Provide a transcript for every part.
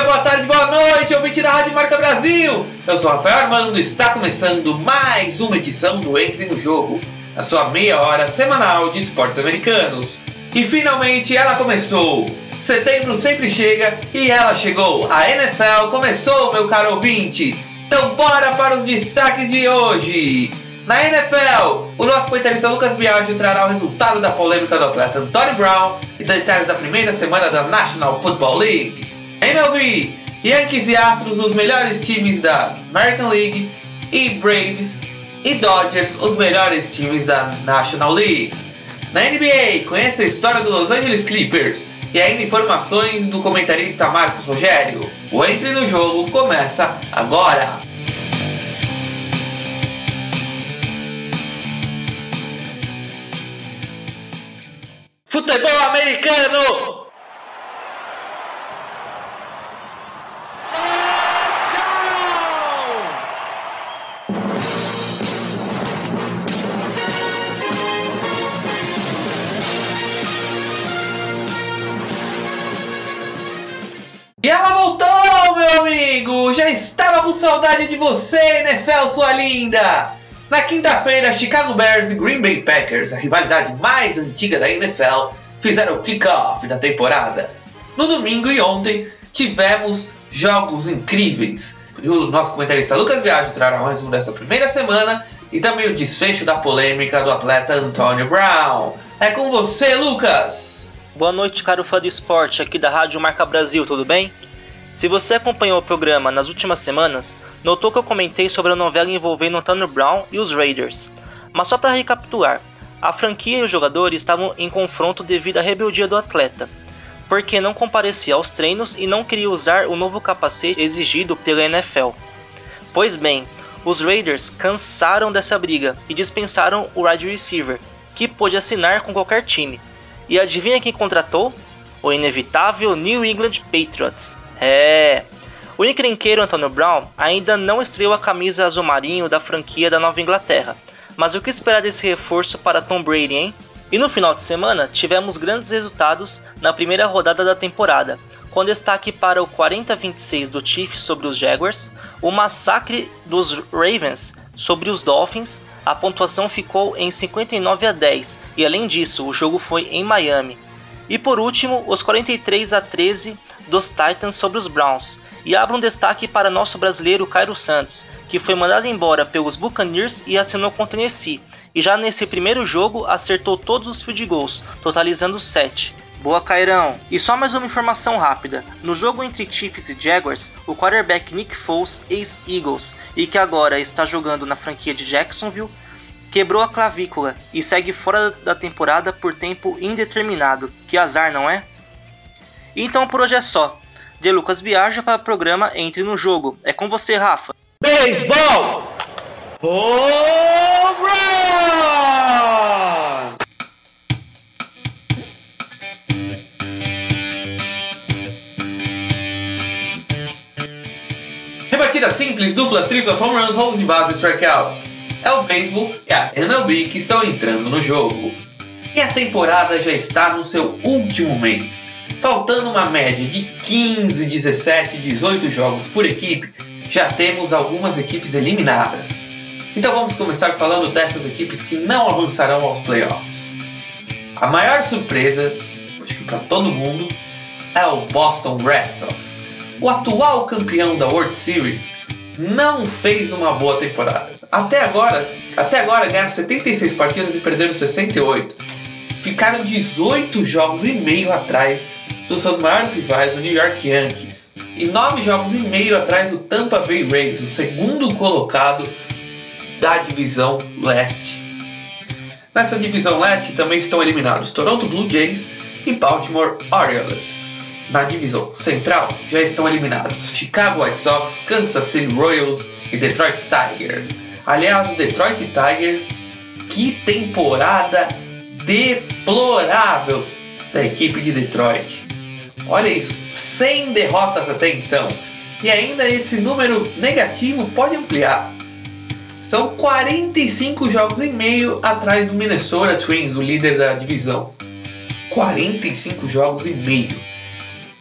boa tarde, boa noite, ouvinte da Rádio Marca Brasil! Eu sou Rafael Armando e está começando mais uma edição do Entre no Jogo, a sua meia hora semanal de esportes americanos. E finalmente ela começou! Setembro sempre chega e ela chegou! A NFL começou, meu caro ouvinte! Então bora para os destaques de hoje! Na NFL, o nosso comentarista Lucas Biagio trará o resultado da polêmica do atleta Antonio Brown e detalhes da primeira semana da National Football League. MLB, Yankees e Astros, os melhores times da American League, e Braves e Dodgers, os melhores times da National League. Na NBA, conheça a história do Los Angeles Clippers e ainda informações do comentarista Marcos Rogério. O Entre no Jogo começa agora! Futebol americano! E ela voltou, meu amigo! Já estava com saudade de você, NFL, sua linda! Na quinta-feira, Chicago Bears e Green Bay Packers, a rivalidade mais antiga da NFL, fizeram o kickoff da temporada. No domingo e ontem, tivemos jogos incríveis. O nosso comentarista Lucas Biagio trará um resumo dessa primeira semana e também o desfecho da polêmica do atleta Antonio Brown. É com você, Lucas! Boa noite, caro fã do esporte, aqui da Rádio Marca Brasil, tudo bem? Se você acompanhou o programa nas últimas semanas, notou que eu comentei sobre a novela envolvendo Antonio Brown e os Raiders. Mas só para recapitular, a franquia e os jogadores estavam em confronto devido à rebeldia do atleta, porque não comparecia aos treinos e não queria usar o novo capacete exigido pela NFL. Pois bem, os Raiders cansaram dessa briga e dispensaram o wide receiver, que pôde assinar com qualquer time. E adivinha quem contratou? O inevitável New England Patriots. O encrenqueiro Antonio Brown ainda não estreou a camisa azul marinho da franquia da Nova Inglaterra, mas o que esperar desse reforço para Tom Brady, hein? E no final de semana tivemos grandes resultados na primeira rodada da temporada, com destaque para o 40-26 do Chiefs sobre os Jaguars, o massacre dos Ravens sobre os Dolphins, a pontuação ficou em 59-10 e além disso o jogo foi em Miami. E por último, os 43-13 dos Titans sobre os Browns. E abro um destaque para nosso brasileiro Cairo Santos, que foi mandado embora pelos Buccaneers e assinou com o Tennessee. E já nesse primeiro jogo acertou todos os field goals, totalizando 7. Boa, Cairão! E só mais uma informação rápida. No jogo entre Chiefs e Jaguars, o quarterback Nick Foles, ex-Eagles, e que agora está jogando na franquia de Jacksonville, quebrou a clavícula e segue fora da temporada por tempo indeterminado. Que azar, não é? Então por hoje é só. De Lucas Biagio para o programa Entre no Jogo. É com você, Rafa. Beisebol! Home run! Rebatidas simples, duplas, triplas, home runs, roubos de base e strikeout. É o beisebol e a MLB que estão entrando no jogo. E a temporada já está no seu último mês. Faltando uma média de 15, 17, 18 jogos por equipe, já temos algumas equipes eliminadas. Então vamos começar falando dessas equipes que não avançarão aos playoffs. A maior surpresa, acho que para todo mundo, é o Boston Red Sox. O atual campeão da World Series não fez uma boa temporada. Até agora ganharam 76 partidas e perderam 68. Ficaram 18 jogos e meio atrás dos seus maiores rivais, o New York Yankees, e 9 jogos e meio atrás do Tampa Bay Rays, o segundo colocado da divisão leste. Nessa divisão leste também estão eliminados Toronto Blue Jays e Baltimore Orioles. Na divisão central já estão eliminados Chicago White Sox, Kansas City Royals e Detroit Tigers. Aliás, o Detroit Tigers, que temporada deplorável da equipe de Detroit. Olha isso, 100 derrotas até então. E ainda esse número negativo pode ampliar. São 45 jogos e meio atrás do Minnesota Twins, o líder da divisão. 45 jogos e meio. É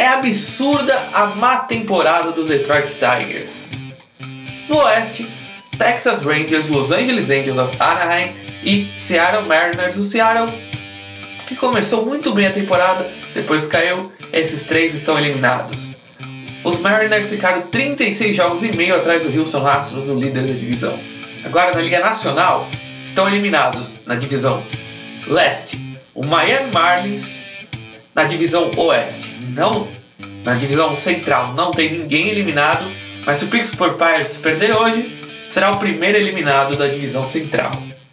absurda a má temporada do Detroit Tigers. No Oeste, Texas Rangers, Los Angeles Angels of Anaheim e Seattle Mariners. O Seattle, que começou muito bem a temporada, depois caiu, esses três estão eliminados. Os Mariners ficaram 36 jogos e meio atrás do Houston Astros, o líder da divisão. Agora na Liga Nacional, estão eliminados na divisão Leste o Miami Marlins, na divisão Oeste. Não, na divisão Central não tem ninguém eliminado, mas se o Pittsburgh Pirates perder hoje, será o primeiro eliminado da divisão Central.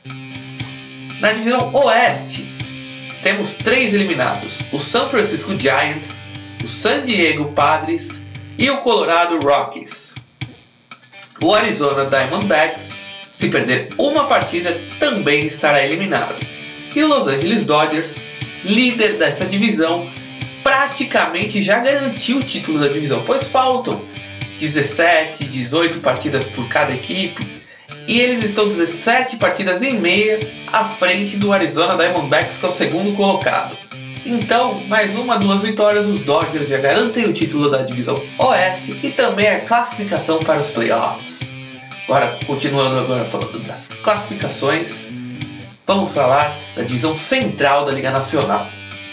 Na divisão Oeste, temos 3 eliminados: o San Francisco Giants, o San Diego Padres e o Colorado Rockies. O Arizona Diamondbacks, se perder uma partida, também estará eliminado. E o Los Angeles Dodgers, líder desta divisão, praticamente já garantiu o título da divisão, pois faltam 17, 18 partidas por cada equipe, e eles estão 17 partidas e meia à frente do Arizona Diamondbacks, que é o segundo colocado. Então, mais 2 vitórias, os Dodgers já garantem o título da divisão Oeste e também a classificação para os playoffs. Continuando falando das classificações, vamos falar da divisão Central da Liga Nacional.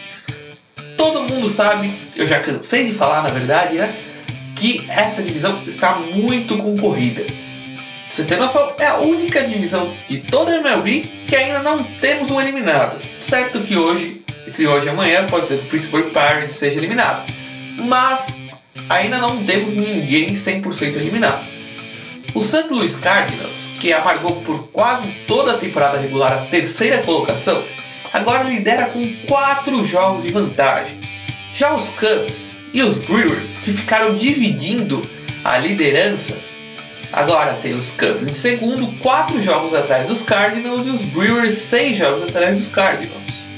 Todo mundo sabe, eu já cansei de falar na verdade, né, que essa divisão está muito concorrida. Você tem noção, é a única divisão de toda a MLB que ainda não temos um eliminado. Certo que hoje, entre hoje e amanhã, pode ser que o Pittsburgh Pirates seja eliminado, mas ainda não temos ninguém 100% eliminado. O St. Louis Cardinals, que amargou por quase toda a temporada regular a terceira colocação, agora lidera com 4 jogos de vantagem. Já os Cubs e os Brewers, que ficaram dividindo a liderança, agora tem os Cubs em segundo, 4 jogos atrás dos Cardinals, e os Brewers 6 jogos atrás dos Cardinals.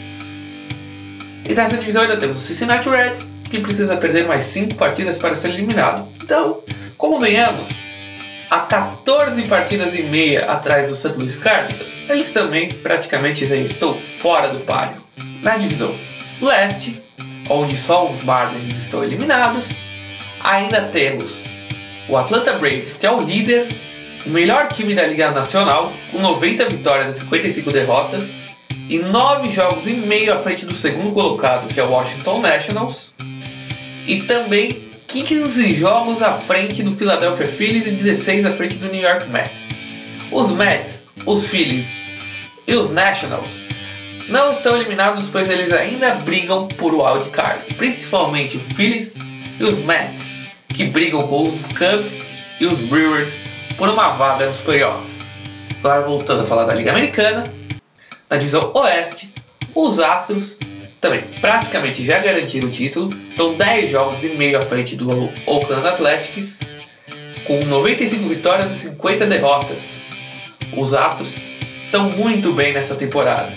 E nessa divisão ainda temos o Cincinnati Reds, que precisa perder mais 5 partidas para ser eliminado. Então, convenhamos, a 14 partidas e meia atrás do St. Louis Cardinals, eles também praticamente já estão fora do páreo. Na divisão Leste, onde só os Marlins estão eliminados, ainda temos o Atlanta Braves, que é o líder, o melhor time da Liga Nacional, com 90 vitórias e 55 derrotas, e 9 jogos e meio à frente do segundo colocado, que é o Washington Nationals, e também 15 jogos à frente do Philadelphia Phillies e 16 à frente do New York Mets. Os Mets, os Phillies e os Nationals não estão eliminados, pois eles ainda brigam por wild card, principalmente o Phillies e os Mets, que brigam com os Cubs e os Brewers por uma vaga nos playoffs. Agora voltando a falar da Liga Americana, na divisão Oeste, os Astros também praticamente já garantiram o título, estão 10 jogos e meio à frente do Oakland Athletics, com 95 vitórias e 50 derrotas. Os Astros estão muito bem nessa temporada.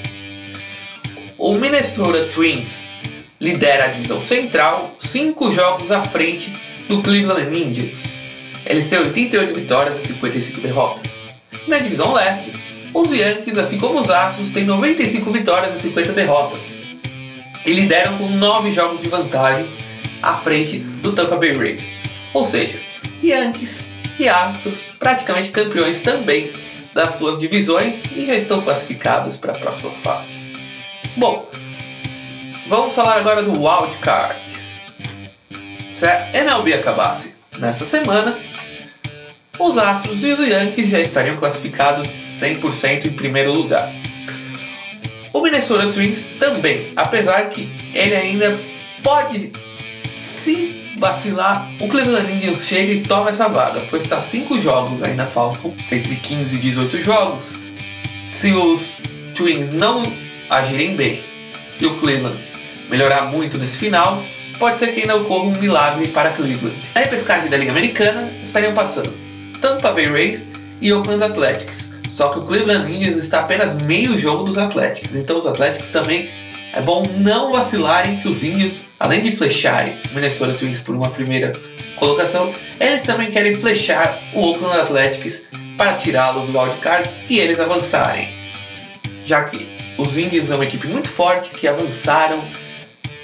O Minnesota Twins lidera a divisão Central, 5 jogos à frente do Cleveland Indians. Eles têm 88 vitórias e 55 derrotas. Na divisão Leste, os Yankees, assim como os Astros, têm 95 vitórias e 50 derrotas e lideram com 9 jogos de vantagem à frente do Tampa Bay Rays. Ou seja, Yankees e Astros praticamente campeões também das suas divisões e já estão classificados para a próxima fase. Bom, vamos falar agora do Wild Card. Se a MLB acabasse nessa semana, os Astros e os Yankees já estariam classificados 100% em primeiro lugar. O Minnesota Twins também, apesar que ele ainda pode, se vacilar, o Cleveland Indians chega e toma essa vaga, pois está 5 jogos, ainda faltam entre 15 e 18 jogos. Se os Twins não agirem bem e o Cleveland melhorar muito nesse final, pode ser que ainda ocorra um milagre para Cleveland. Na repescagem da Liga Americana estariam passando Tampa Bay Rays e Oakland Athletics, só que o Cleveland Indians está apenas meio jogo dos Athletics, então os Athletics também é bom não vacilarem, que os Indians, além de flecharem o Minnesota Twins por uma primeira colocação, eles também querem flechar o Oakland Athletics para tirá-los do wildcard e eles avançarem, já que os Indians é uma equipe muito forte que avançaram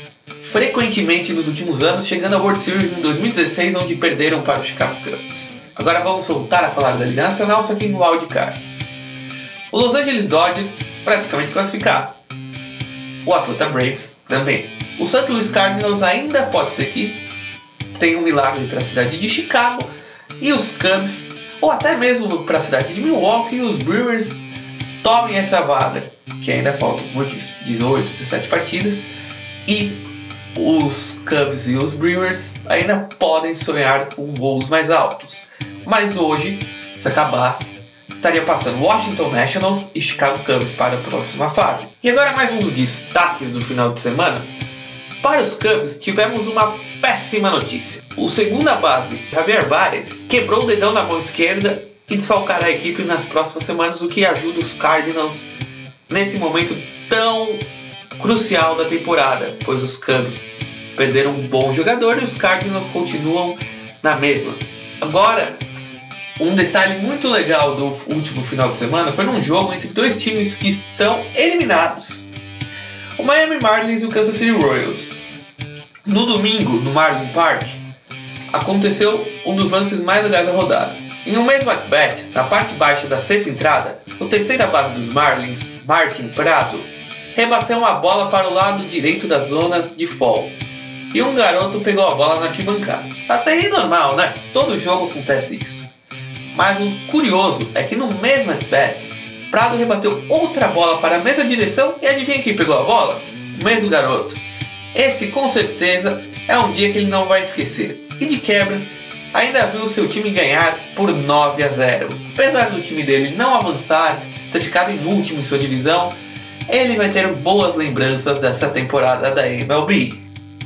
frequentemente nos últimos anos, chegando à World Series em 2016, onde perderam para o Chicago Cubs. Agora vamos voltar a falar da Liga Nacional, só que no wildcard. O Los Angeles Dodgers praticamente classificado. O Atlanta Braves também. O St. Louis Cardinals ainda pode ser que tenha um milagre para a cidade de Chicago. E os Cubs, ou até mesmo para a cidade de Milwaukee, os Brewers tomem essa vaga, que ainda faltam, como eu disse, 18, 17 partidas. E os Cubs e os Brewers ainda podem sonhar com voos mais altos. Mas hoje, se acabasse, estaria passando Washington Nationals e Chicago Cubs para a próxima fase. E agora mais uns destaques do final de semana. Para os Cubs, tivemos uma péssima notícia. O segunda base, Javier Baez, quebrou o dedão na mão esquerda e desfalcará a equipe nas próximas semanas, o que ajuda os Cardinals nesse momento tão crucial da temporada, pois os Cubs perderam um bom jogador e os Cardinals continuam na mesma. Agora, um detalhe muito legal do último final de semana foi num jogo entre dois times que estão eliminados, o Miami Marlins e o Kansas City Royals. No domingo, no Marlin Park, aconteceu um dos lances mais legais da rodada. Em um mesmo at-bat, na parte baixa da sexta entrada, o terceira base dos Marlins, Martin Prado, rebateu uma bola para o lado direito da zona de fall. E um garoto pegou a bola na arquibancada. Até aí normal, né? Todo jogo acontece isso. Mas o curioso é que no mesmo at-bat, Prado rebateu outra bola para a mesma direção e adivinha quem pegou a bola? O mesmo garoto. Esse com certeza é um dia que ele não vai esquecer. E de quebra, ainda viu seu time ganhar por 9-0. Apesar do time dele não avançar, ter ficado em último em sua divisão, ele vai ter boas lembranças dessa temporada da MLB.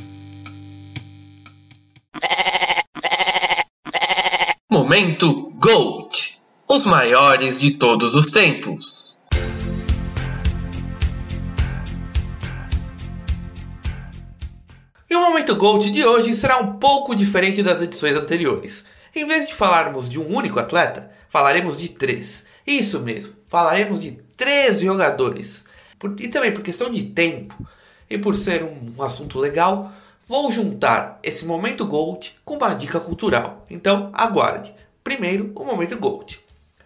Momento GOAT, os maiores de todos os tempos. E o Momento GOAT de hoje será um pouco diferente das edições anteriores. Em vez de falarmos de um único atleta, falaremos de 3. Isso mesmo, falaremos de 3 jogadores. E também por questão de tempo e por ser um assunto legal, vou juntar esse Momento GOAT com uma dica cultural. Então aguarde. Primeiro, o Momento GOAT.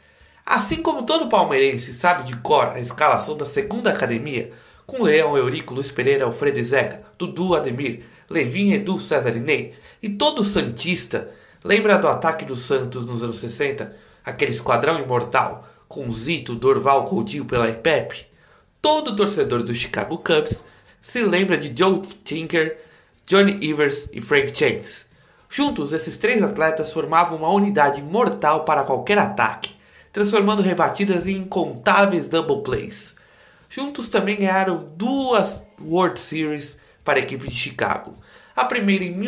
Assim como todo palmeirense sabe de cor a escalação da segunda academia, com Leão, Eurico, Luiz Pereira, Alfredo e Zeca, Dudu, Ademir, Levin, Edu, César e Ney, e todo santista lembra do ataque do Santos nos anos 60, aquele esquadrão imortal, com Zito, Dorval, Coutinho, Pelé e Pepe? Todo torcedor do Chicago Cubs se lembra de Joe Tinker, Johnny Ivers e Frank Chance. Juntos, esses 3 atletas formavam uma unidade mortal para qualquer ataque, transformando rebatidas em incontáveis double plays. Juntos também ganharam 2 World Series para a equipe de Chicago, a primeira em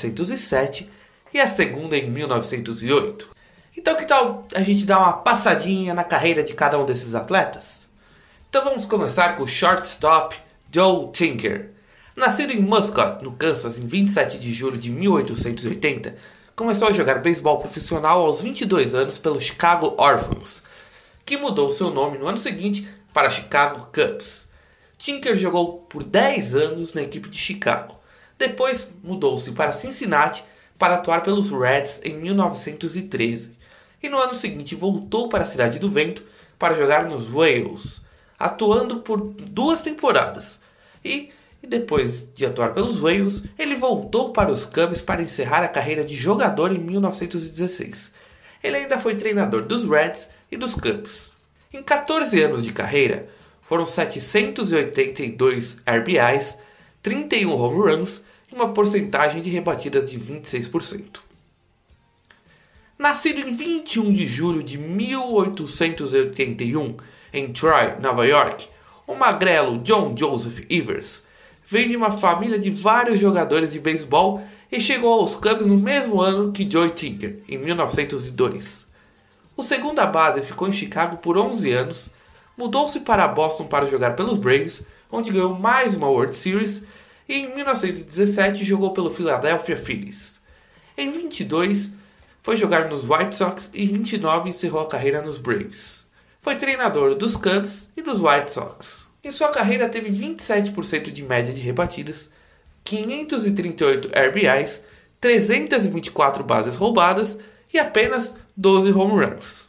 1907 e a segunda em 1908. Então que tal a gente dar uma passadinha na carreira de cada um desses atletas? Então vamos começar com o shortstop Joe Tinker. Nascido em Muscat, no Kansas, em 27 de julho de 1880, começou a jogar beisebol profissional aos 22 anos pelo Chicago Orphans, que mudou seu nome no ano seguinte para Chicago Cubs. Tinker jogou por 10 anos na equipe de Chicago. Depois mudou-se para Cincinnati para atuar pelos Reds em 1913. E no ano seguinte voltou para a Cidade do Vento para jogar nos Whales, atuando por 2 temporadas. E depois de atuar pelos Whales, ele voltou para os Cubs para encerrar a carreira de jogador em 1916. Ele ainda foi treinador dos Reds e dos Cubs. Em 14 anos de carreira, foram 782 RBIs, 31 home runs e uma porcentagem de rebatidas de 26%. Nascido em 21 de julho de 1881 em Troy, Nova York, o magrelo John Joseph Ivers veio de uma família de vários jogadores de beisebol e chegou aos Cubs no mesmo ano que Joe Tinker, em 1902. O segunda base ficou em Chicago por 11 anos, mudou-se para Boston para jogar pelos Braves, onde ganhou mais uma World Series, e em 1917 jogou pelo Philadelphia Phillies. Em 22, foi jogar nos White Sox e em 29 encerrou a carreira nos Braves. Foi treinador dos Cubs e dos White Sox. Em sua carreira teve 27% de média de rebatidas, 538 RBIs, 324 bases roubadas e apenas 12 home runs.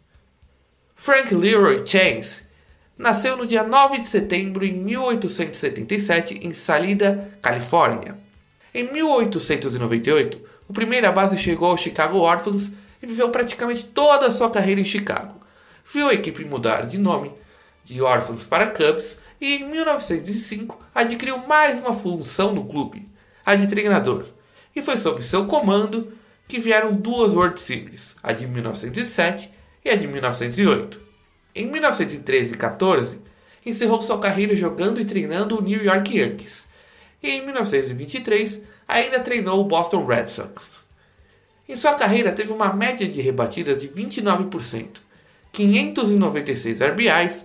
Frank Leroy Chance nasceu no dia 9 de setembro de 1877 em Salida, Califórnia. Em 1898, o primeira base chegou ao Chicago Orphans e viveu praticamente toda a sua carreira em Chicago. Viu a equipe mudar de nome de Orphans para Cubs e em 1905 adquiriu mais uma função no clube, a de treinador. E foi sob seu comando que vieram duas World Series, a de 1907 e a de 1908. Em 1913 e 14, encerrou sua carreira jogando e treinando o New York Yankees. E em 1923, ainda treinou o Boston Red Sox. Em sua carreira, teve uma média de rebatidas de 29%, 596 RBIs,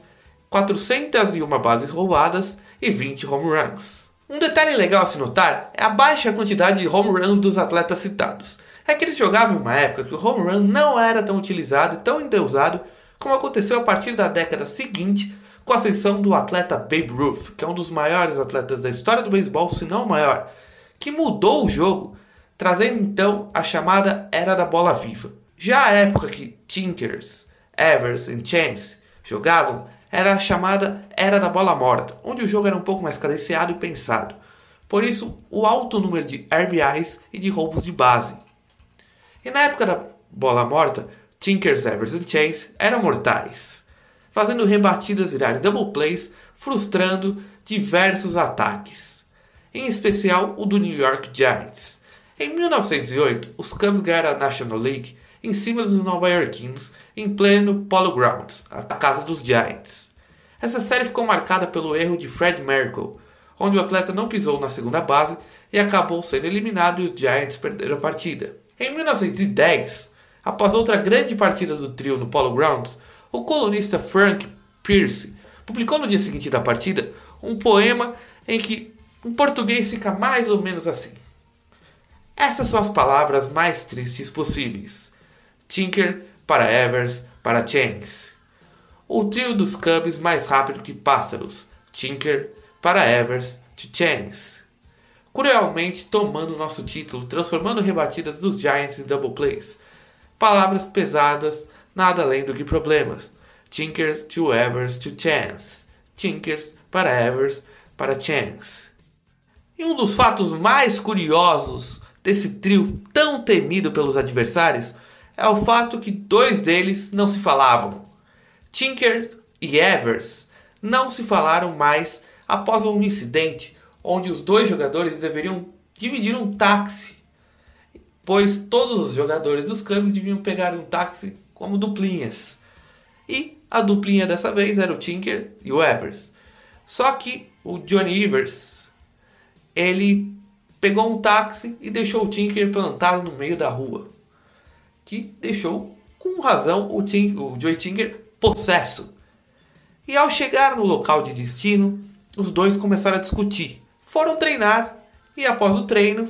401 bases roubadas e 20 home runs. Um detalhe legal a se notar é a baixa quantidade de home runs dos atletas citados. É que eles jogavam em uma época que o home run não era tão utilizado e tão endeusado como aconteceu a partir da década seguinte com a ascensão do atleta Babe Ruth, que é um dos maiores atletas da história do beisebol, se não o maior, que mudou o jogo, trazendo então a chamada Era da Bola Viva. Já a época que Tinkers, Evers e Chance jogavam era a chamada Era da Bola Morta, onde o jogo era um pouco mais cadenciado e pensado. Por isso, o alto número de RBIs e de roubos de base. E na época da Bola Morta, Tinkers, Evers e Chance eram mortais, fazendo rebatidas virarem double plays, frustrando diversos ataques, em especial o do New York Giants. Em 1908, os Cubs ganharam a National League em cima dos nova-iorquinos em pleno Polo Grounds, a casa dos Giants. Essa série ficou marcada pelo erro de Fred Merkle, onde o atleta não pisou na segunda base e acabou sendo eliminado e os Giants perderam a partida. Em 1910, após outra grande partida do trio no Polo Grounds, o colunista Frank Pierce publicou no dia seguinte da partida um poema em que em português fica mais ou menos assim. Essas são as palavras mais tristes possíveis. Tinker para Evers para Chance. O trio dos Cubs mais rápido que pássaros. Tinker para Evers to Chance. Cruelmente tomando nosso título, transformando rebatidas dos Giants em double plays. Palavras pesadas, nada além do que problemas. Tinkers to Evers to Chance. Tinkers para Evers para Chance. E um dos fatos mais curiosos desse trio tão temido pelos adversários é o fato que dois deles não se falavam. Tinker e Evers não se falaram mais após um incidente onde os dois jogadores deveriam dividir um táxi, pois todos os jogadores dos Cubs deviam pegar um táxi como duplinhas. E a duplinha dessa vez era o Tinker e o Evers. Só que o Johnny Evers, ele pegou um táxi e deixou o Tinker plantado no meio da rua, que deixou, com razão, o Joey Tinker possesso. E ao chegar no local de destino, os dois começaram a discutir. Foram treinar e após o treino,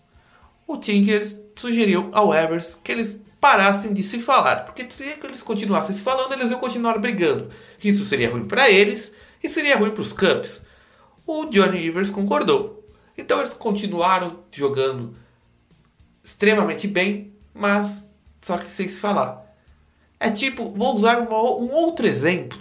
o Tinker sugeriu ao Evers que eles parassem de se falar, porque se eles continuassem se falando, eles iam continuar brigando. Isso seria ruim para eles e seria ruim para os Cubs. O Johnny Evers concordou. Então eles continuaram jogando extremamente bem, mas só que sem se falar. É tipo, vou usar um outro exemplo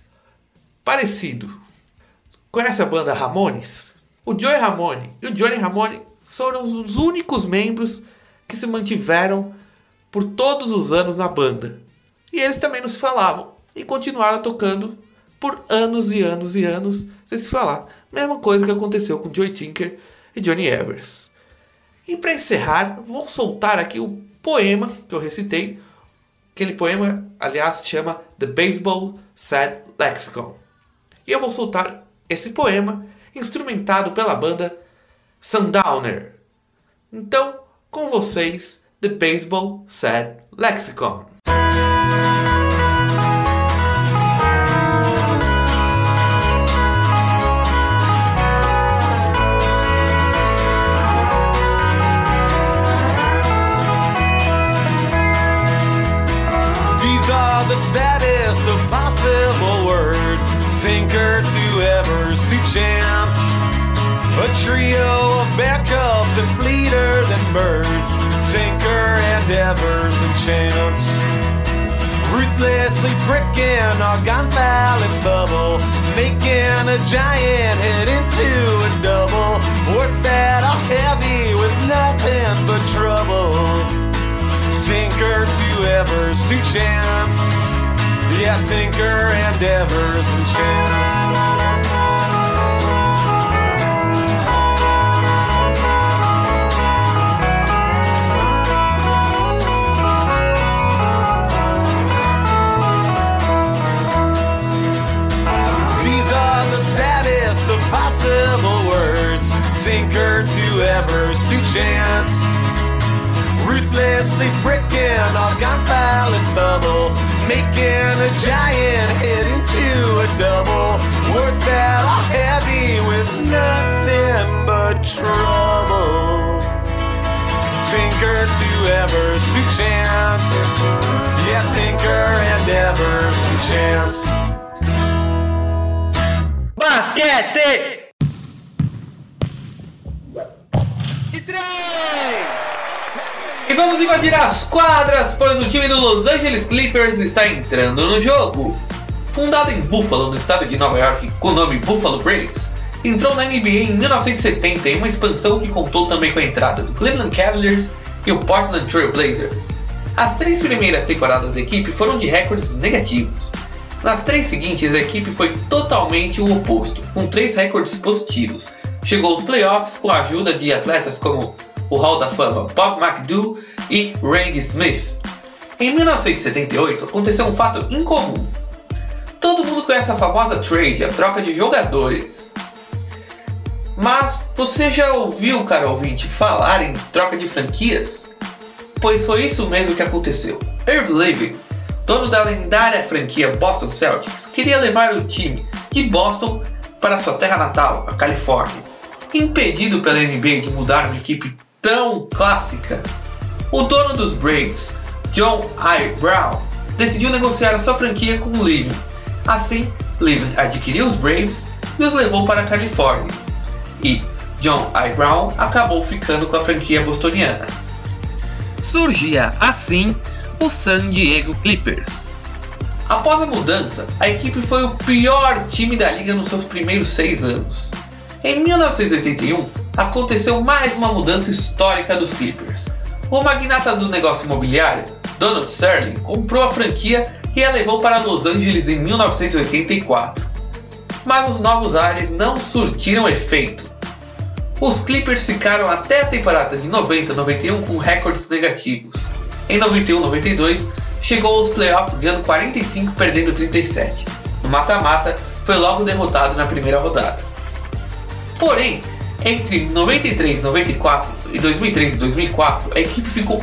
parecido. Conhece a banda Ramones? O Joey Ramone e o Johnny Ramone foram os únicos membros que se mantiveram por todos os anos na banda. E eles também não se falavam. E continuaram tocando por anos e anos e anos sem se falar. Mesma coisa que aconteceu com Joey Tinker e Johnny Evers. E para encerrar, vou soltar aqui o poema que eu recitei. Aquele poema, aliás, se chama The Baseball Sad Lexicon. E eu vou soltar esse poema instrumentado pela banda Sundowner. Então, com vocês, The Baseball Sad Lexicon. These are the saddest of possible words. Tinker to Evers to Chance, a trio of bear cubs and fleeter than birds, tinker and Evers and chance, ruthlessly pricking our gun ballot bubble, making a giant head into a double, words that are heavy with nothing but trouble, tinker to Evers to chance, yeah, tinker and Evers and chance. Possible words, tinker to Evers to chance, ruthlessly pricking our gun ballot bubble, making a giant head into a double, words that are heavy with nothing but trouble, tinker to Evers to chance, yeah, tinker and Evers to chance. Basquete de 3! E vamos invadir as quadras, pois o time do Los Angeles Clippers está entrando no jogo. Fundado em Buffalo, no estado de Nova York, com o nome Buffalo Braves, entrou na NBA em 1970 em uma expansão que contou também com a entrada do Cleveland Cavaliers e o Portland Trail Blazers. As 3 primeiras temporadas da equipe foram de recordes negativos. Nas 3 seguintes, a equipe foi totalmente o oposto, com 3 recordes positivos. Chegou aos playoffs com a ajuda de atletas como o Hall da Fama Bob McAdoo e Randy Smith. Em 1978, aconteceu um fato incomum. Todo mundo conhece a famosa trade, a troca de jogadores. Mas você já ouviu, caro ouvinte, falar em troca de franquias? Pois foi isso mesmo que aconteceu. Irv Levin, dono da lendária franquia Boston Celtics, queria levar o time de Boston para sua terra natal, a Califórnia. Impedido pela NBA de mudar uma equipe tão clássica, o dono dos Braves, John I. Brown, decidiu negociar a sua franquia com Levin. Assim, Levin adquiriu os Braves e os levou para a Califórnia. E John I. Brown acabou ficando com a franquia bostoniana. Surgia assim o San Diego Clippers. Após a mudança, a equipe foi o pior time da liga nos seus primeiros 6 anos. Em 1981, aconteceu mais uma mudança histórica dos Clippers. O magnata do negócio imobiliário, Donald Sterling, comprou a franquia e a levou para Los Angeles em 1984. Mas os novos ares não surtiram efeito. Os Clippers ficaram até a temporada de 90-91 com recordes negativos. Em 91-92, chegou aos playoffs ganhando 45 perdendo 37. No mata-mata, foi logo derrotado na primeira rodada. Porém, entre 93-94 e 2003-2004, a equipe ficou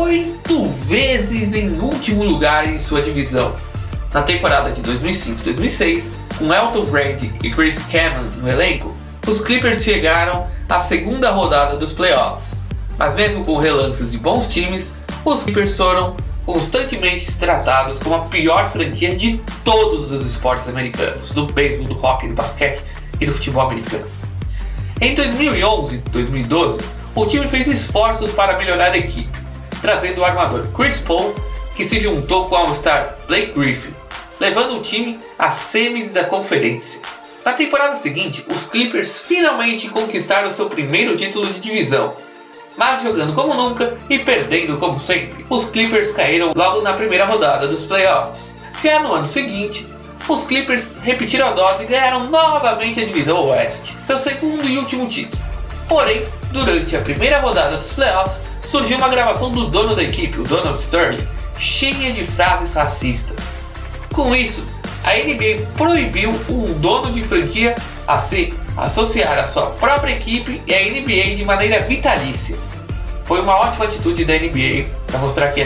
8 vezes em último lugar em sua divisão. Na temporada de 2005-2006, com Elton Brand e Chris Kaman no elenco, os Clippers chegaram à segunda rodada dos playoffs. Mas mesmo com relances de bons times, os Clippers foram constantemente tratados como a pior franquia de todos os esportes americanos, do beisebol, do hockey, do basquete e do futebol americano. Em 2011 e 2012, o time fez esforços para melhorar a equipe, trazendo o armador Chris Paul, que se juntou com o All-Star Blake Griffin, levando o time às semis da conferência. Na temporada seguinte, os Clippers finalmente conquistaram seu primeiro título de divisão, mas jogando como nunca e perdendo como sempre. Os Clippers caíram logo na primeira rodada dos playoffs. Já no ano seguinte, os Clippers repetiram a dose e ganharam novamente a divisão Oeste, seu segundo e último título. Porém, durante a primeira rodada dos playoffs, surgiu uma gravação do dono da equipe, o Donald Sterling, cheia de frases racistas. Com isso, a NBA proibiu um dono de franquia a se associar a sua própria equipe e a NBA de maneira vitalícia. Foi uma ótima atitude da NBA para mostrar que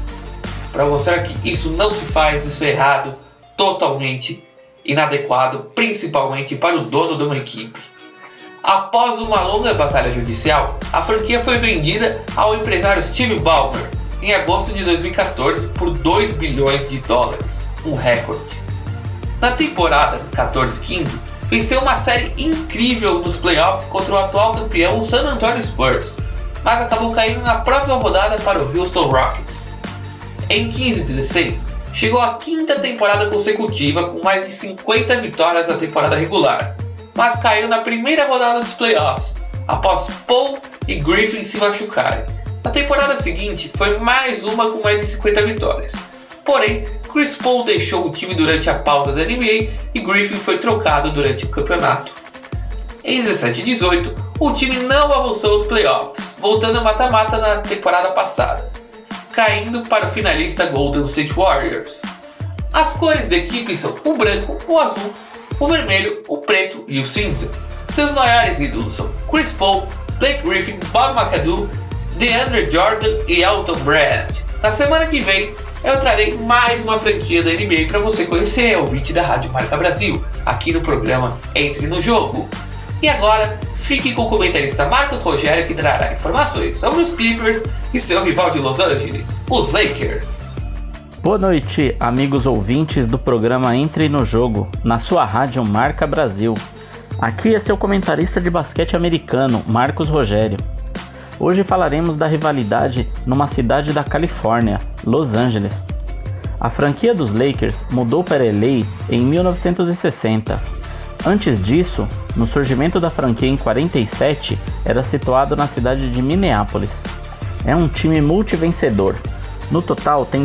isso não se faz, isso é errado, totalmente inadequado, principalmente para o dono de uma equipe. Após uma longa batalha judicial, a franquia foi vendida ao empresário Steve Ballmer em agosto de 2014 por 2 bilhões de dólares, um recorde. Na temporada 14-15, venceu uma série incrível nos playoffs contra o atual campeão o San Antonio Spurs, mas acabou caindo na próxima rodada para o Houston Rockets. Em 15-16, chegou à quinta temporada consecutiva com mais de 50 vitórias na temporada regular, mas caiu na primeira rodada dos playoffs, após Paul e Griffin se machucarem. Na temporada seguinte, foi mais uma com mais de 50 vitórias. Porém, Chris Paul deixou o time durante a pausa da NBA e Griffin foi trocado durante o campeonato. Em 17-18, o time não avançou aos playoffs, voltando a mata-mata na temporada passada, caindo para o finalista Golden State Warriors. As cores da equipe são o branco, o azul, o vermelho, o preto e o cinza. Seus maiores ídolos são Chris Paul, Blake Griffin, Bob McAdoo, DeAndre Jordan e Elton Brand. Na semana que vem, eu trarei mais uma franquia da NBA para você conhecer, ouvinte da Rádio Marca Brasil, aqui no programa Entre no Jogo. E agora, fique com o comentarista Marcos Rogério, que trará informações sobre os Clippers e seu rival de Los Angeles, os Lakers. Boa noite, amigos ouvintes do programa Entre no Jogo, na sua Rádio Marca Brasil. Aqui é seu comentarista de basquete americano, Marcos Rogério. Hoje falaremos da rivalidade numa cidade da Califórnia, Los Angeles. A franquia dos Lakers mudou para LA em 1960. Antes disso, no surgimento da franquia em 47, era situado na cidade de Minneapolis. É um time multivencedor. No total tem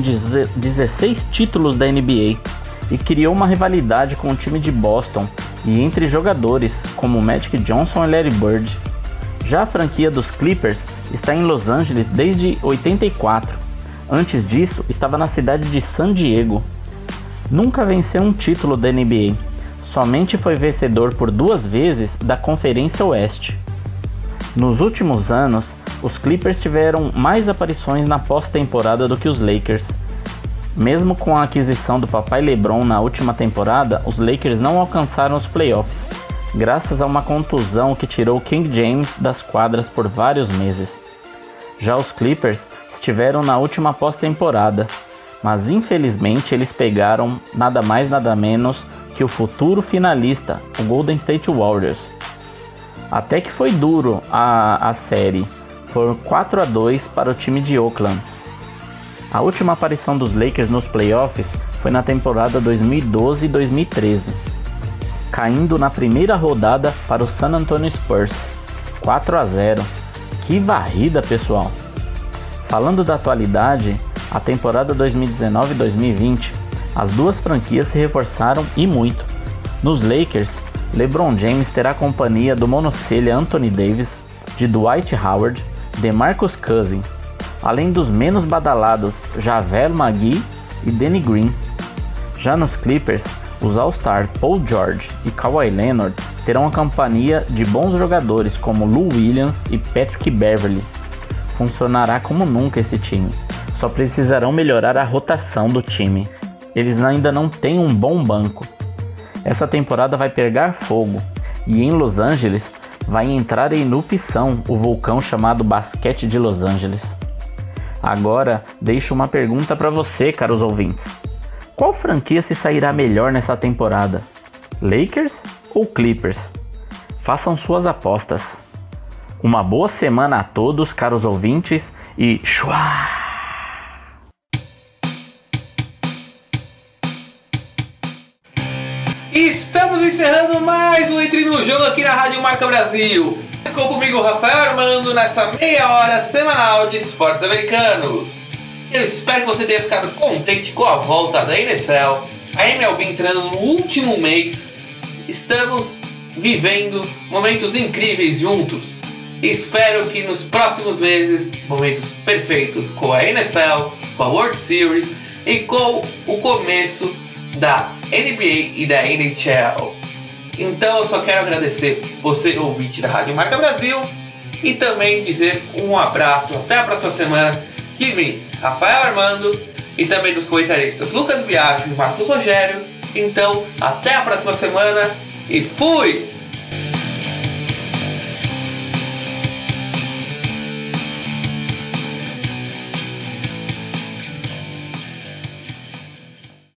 16 títulos da NBA e criou uma rivalidade com o time de Boston e entre jogadores como Magic Johnson e Larry Bird. Já a franquia dos Clippers está em Los Angeles desde 84. Antes disso, estava na cidade de San Diego. Nunca venceu um título da NBA. Somente foi vencedor por 2 vezes da Conferência Oeste. Nos últimos anos, os Clippers tiveram mais aparições na pós-temporada do que os Lakers. Mesmo com a aquisição do papai LeBron na última temporada, os Lakers não alcançaram os playoffs, graças a uma contusão que tirou King James das quadras por vários meses. Já os Clippers estiveram na última pós-temporada, mas infelizmente eles pegaram nada mais nada menos que o futuro finalista, o Golden State Warriors. Até que foi duro a série, por 4-2 para o time de Oakland. A última aparição dos Lakers nos playoffs foi na temporada 2012-2013, caindo na primeira rodada para o San Antonio Spurs, 4-0. Que varrida, pessoal! Falando da atualidade, a temporada 2019-2020, as duas franquias se reforçaram e muito. Nos Lakers, LeBron James terá a companhia do monocelha Anthony Davis, de Dwight Howard, DeMarcus Cousins, além dos menos badalados JaVale McGee e Danny Green. Já nos Clippers, os All-Star Paul George e Kawhi Leonard terão a companhia de bons jogadores como Lou Williams e Patrick Beverley. Funcionará como nunca esse time, só precisarão melhorar a rotação do time. Eles ainda não têm um bom banco. Essa temporada vai pegar fogo e em Los Angeles vai entrar em erupção o vulcão chamado Basquete de Los Angeles. Agora deixo uma pergunta para você, caros ouvintes. Qual franquia se sairá melhor nessa temporada? Lakers ou Clippers? Façam suas apostas. Uma boa semana a todos, caros ouvintes, e chua! Estamos encerrando mais um Entre no Jogo aqui na Rádio Marca Brasil. Ficou comigo o Rafael Armando nessa meia hora semanal de esportes americanos. Eu espero que você tenha ficado contente com a volta da NFL, a MLB entrando no último mês. Estamos vivendo momentos incríveis juntos. Espero que nos próximos meses, momentos perfeitos com a NFL, com a World Series e com o começo da NBA e da NHL. Então eu só quero agradecer você, ouvinte da Rádio Marca Brasil, e também dizer um abraço, até a próxima semana, de mim, Rafael Armando, e também dos comentaristas Lucas Biagio e Marcos Rogério. Então, até a próxima semana e fui!